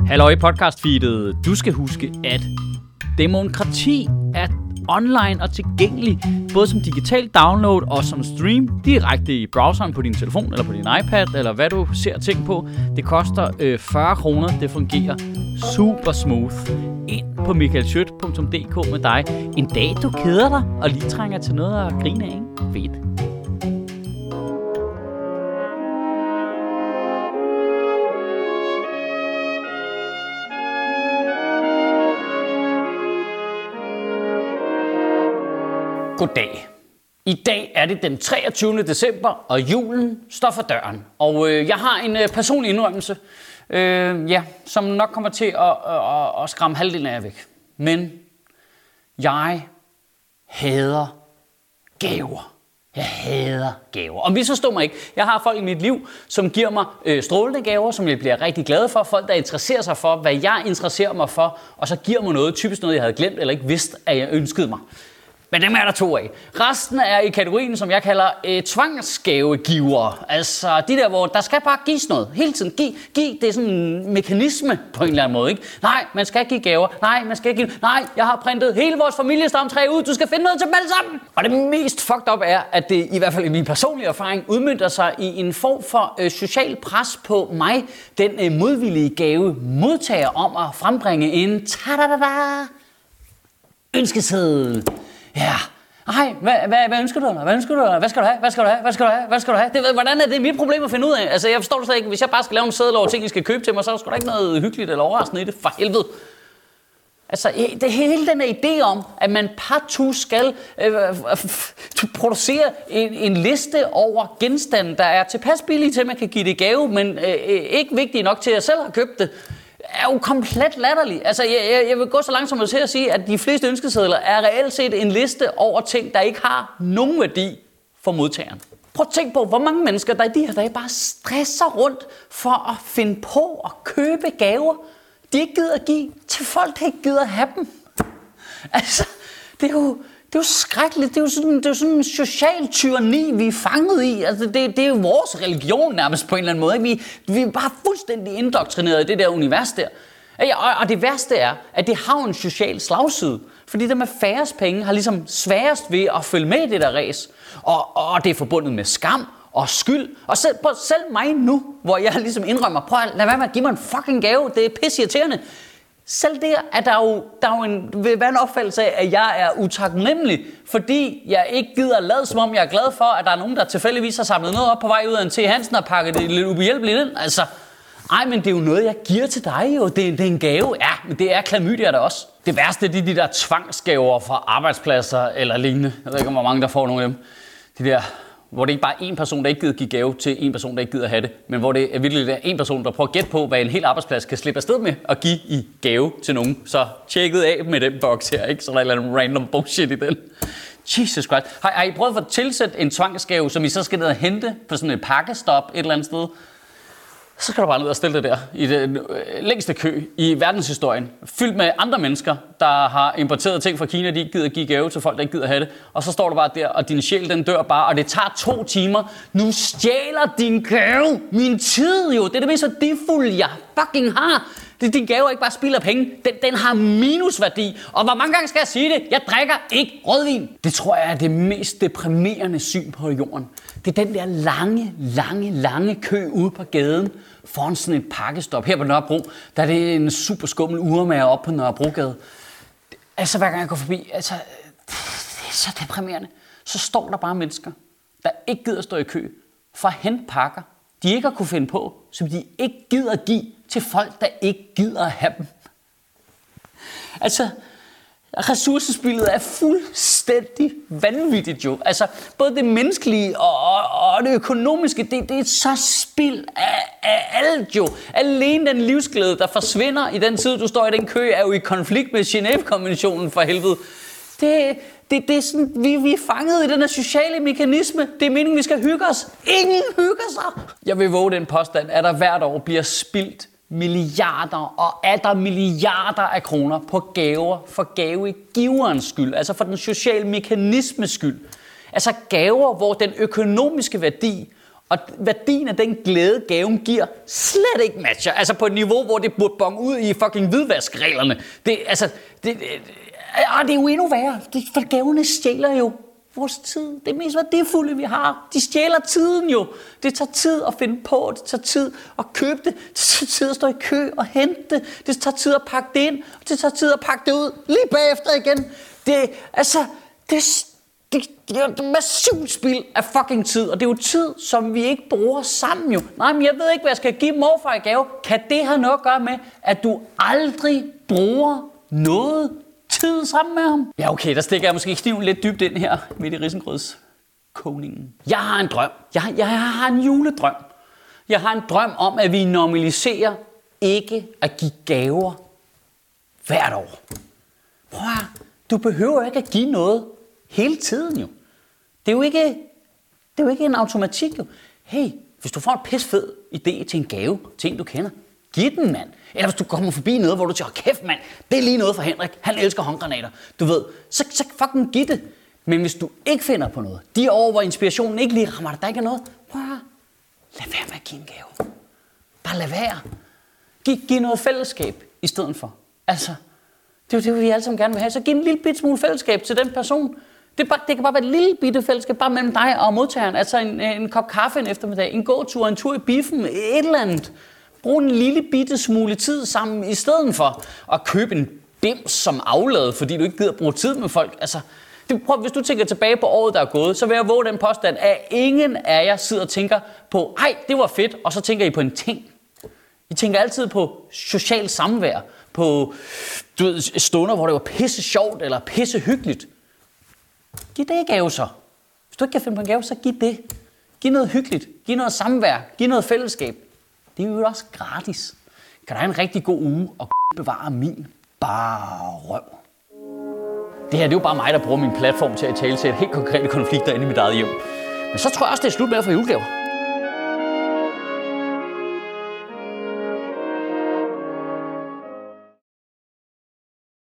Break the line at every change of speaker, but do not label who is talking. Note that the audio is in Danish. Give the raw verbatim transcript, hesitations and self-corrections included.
Halløj i podcastfeedet. Du skal huske, at demokrati er online og tilgængelig, både som digital download og som stream direkte i browseren på din telefon eller på din iPad, eller hvad du ser ting på. Det koster øh, fyrre kroner. Det fungerer super smooth. Ind på michael schødt punktum d k med dig. En dag du keder dig og lige trænger til noget at grine af, ikke? Fedt. Goddag. I dag er det den treogtyvende december, og julen står for døren. Og øh, jeg har en øh, personlig indrømmelse, øh, ja, som nok kommer til at, øh, at, at skræmme halvdelen af jer væk. Men jeg hader gaver. Jeg hader gaver. Og misforstå mig ikke. Jeg har folk i mit liv, som giver mig øh, strålende gaver, som jeg bliver rigtig glad for. Folk, der interesserer sig for, hvad jeg interesserer mig for, og så giver mig noget, typisk noget, jeg havde glemt eller ikke vidste, at jeg ønskede mig. Men dem er der to af. Resten er i kategorien, som jeg kalder øh, tvangsgavegiver. Altså de der, hvor der skal bare gives noget. Hele tiden. Giv, giv. Det er sådan en mekanisme på en eller anden måde, ikke? Nej, man skal give gaver. Nej, man skal give... Nej, jeg har printet hele vores familiestamtræ ud. Du skal finde noget til dem alle sammen. Og det mest fucked up er, at det i hvert fald i min personlige erfaring udmønter sig i en form for øh, social pres på mig. Den øh, modvillige gave modtager om at frembringe en ta-da-da-da ønskeseddel. Ja. Ej, hvad, hvad, hvad ønsker du dig? Hvad ønsker du dig? Hvad skal du have? Hvad skal du have? Hvad skal du have? Hvad skal du have? Det, hvordan er det mit problem at finde ud af? Altså, jeg forstår det slet ikke. Hvis jeg bare skal lave en seddel over ting, I skal købe til mig, så er der sgu da ikke noget hyggeligt eller overraskende i det. For helvede. Altså, det hele den her idé om, at man partout skal øh, producere en, en liste over genstande, der er tilpas billige til, at man kan give det i gave, men øh, ikke vigtige nok til, at jeg selv har købt det, er jo komplet latterlig. Altså, jeg, jeg, jeg vil gå så langsomt til at sige, at de fleste ønskesedler er reelt set en liste over ting, der ikke har nogen værdi for modtageren. Prøv at tænke på, hvor mange mennesker, der i de her dage bare stresser rundt for at finde på at købe gaver, de ikke gider at give til folk, der ikke gider at have dem. Altså, det er jo... Det er jo skrækkeligt. Det er jo sådan, det er jo sådan en social tyranni, vi er fanget i. Altså, det, det er jo vores religion nærmest på en eller anden måde. Vi, vi er bare fuldstændig indoktrineret i det der univers der. Og, og det værste er, at det har en social slagside. Fordi dem med færrest penge har ligesom sværest ved at følge med i det der ræs. Og, og det er forbundet med skam og skyld. Og selv, selv mig nu, hvor jeg ligesom indrømmer, prøv at lad være med at give mig en fucking gave. Det er pisseirriterende. Selv der er der jo, der er jo en, vil være en opfattelse af, at jeg er utaknemmelig, fordi jeg ikke gider at lade, som om jeg er glad for, at der er nogen, der tilfældigvis har samlet noget op på vej ud af en T. Hansen og pakket det lidt ubehjælpeligt ind. Altså, ej, men det er jo noget, jeg giver til dig jo. Det, det er en gave. Ja, men det er klamydia der også. Det værste er de, de der tvangsgaver fra arbejdspladser eller lignende. Jeg ved ikke, hvor mange der får nogle af dem. De der... hvor det ikke bare er en person, der ikke gider give gave til en person, der ikke gider have det, men hvor det er virkelig er en person, der prøver at gætte på, hvad en hel arbejdsplads kan slippe afsted med at give i gave til nogen. Så tjekket af med den boks her, ikke? Så der er en eller anden random bullshit i den. Jesus Christ. Har, har I prøvet at tilsætte en tvangsgave, som I så skal ned og hente på sådan et pakkestop et eller andet sted? Så skal du bare ned og stille det der i den længste kø i verdenshistorien, fyldt med andre mennesker, der har importeret ting fra Kina, de ikke gider give gave til folk, der ikke gider have det. Og så står du bare der, og din sjæl, den dør bare, og det tager to timer. Nu stjæler din gave min tid jo. Det er det mest værdifulde, jeg fucking har. Det, din gave er ikke bare spild af penge. Den, den har minusværdi. Og hvor mange gange skal jeg sige det? Jeg drikker ikke rødvin. Det tror jeg er det mest deprimerende syn på jorden. Det er den der lange, lange, lange kø ude på gaden foran sådan et pakkestop. Her på Nørrebro, der er det en super skummel urmager op på Nørrebrogade. Altså hver gang jeg går forbi, altså, det er så deprimerende. Så står der bare mennesker, der ikke gider stå i kø for at hente pakker, de ikke har kunne finde på, som de ikke gider at give til folk, der ikke gider at have dem. Altså, ressourcespillet er fuldstændig vanvittigt jo. Altså, både det menneskelige og, og, og det økonomiske, det, det er så spild af, af alt jo. Alene den livsglæde, der forsvinder i den tid, du står i den kø, er jo i konflikt med Genève-konventionen for helvede. Det, det, det er sådan, vi, vi er fanget i den her sociale mekanisme. Det er meningen, vi skal hygge os. Ingen hygger sig. Jeg vil våge den påstand, at der hvert år bliver spildt milliarder og atter milliarder af kroner på gaver for gavegiverens skyld. Altså for den sociale mekanismes skyld. Altså gaver, hvor den økonomiske værdi Og værdien af den glæde, gaven giver, slet ikke matcher. Altså på et niveau, hvor det burde bonge ud i fucking hvidvaskreglerne. Det, altså, det, det, ah, det er jo endnu værre, det, for gaverne stjæler jo vores tid. Det mest værdifulde, vi har. De stjæler tiden jo. Det tager tid at finde på, det tager tid at købe det, det tager tid at stå i kø og hente det, det tager tid at pakke det ind, og det tager tid at pakke det ud lige bagefter igen. Det, altså, det, det, det er et massivt spild af fucking tid, og det er jo tid, som vi ikke bruger sammen jo. Nej, men jeg ved ikke, hvad jeg skal give morfar i gave. Kan det have noget at gøre med, at du aldrig bruger noget tid sammen med ham? Ja, okay, der stikker jeg måske kniven lidt dybt ind her midt i risengrødskogningen. Jeg har en drøm. Jeg, jeg har en juledrøm. Jeg har en drøm om, at vi normaliserer ikke at give gaver hvert år. Prøv at, du behøver ikke at give noget hele tiden jo. Det er jo ikke, det er jo ikke en automatik jo. Hey, hvis du får en pisfed idé til en gave til en, du kender, giv den, mand. Eller hvis du kommer forbi noget, hvor du siger, kæft mand, det er lige noget for Henrik, han elsker håndgranater. Du ved, så, så fucking giv det. Men hvis du ikke finder på noget, de år, hvor inspirationen ikke lige rammer dig, der ikke er noget, prøv at lad være med at give en gave. Bare lad være. Giv, giv noget fællesskab i stedet for. Altså, det er jo det, vi alle sammen gerne vil have. Så giv en lille bit smule fællesskab til den person. Det, bare, det kan bare være et lille bitte fællesskab, bare mellem dig og modtageren. Altså en, en kop kaffe en eftermiddag, en gåtur, en tur i biffen, et eller andet. Brug en lille bitte smule tid sammen, i stedet for at købe en dims som aflad, fordi du ikke gider bruge tid med folk. Altså, det, prøv, hvis du tænker tilbage på året, der er gået, så vil jeg våge den påstand, at ingen af jer sidder og tænker på, hej, det var fedt, og så tænker I på en ting. I tænker altid på social samvær, på du ved, stunder, hvor det var pisse sjovt eller pisse hyggeligt. Giv det gave så. Hvis du ikke kan finde på en gave, så giv det. Giv noget hyggeligt, giv noget samvær, giv noget fællesskab. Det er jo også gratis. Kan der have en rigtig god uge og bevare min bare røv. Det her det er jo bare mig, der bruger min platform til at tale til et helt konkrete konflikter inde i mit eget hjem. Men så tror jeg også, det er slut med at få julegaver.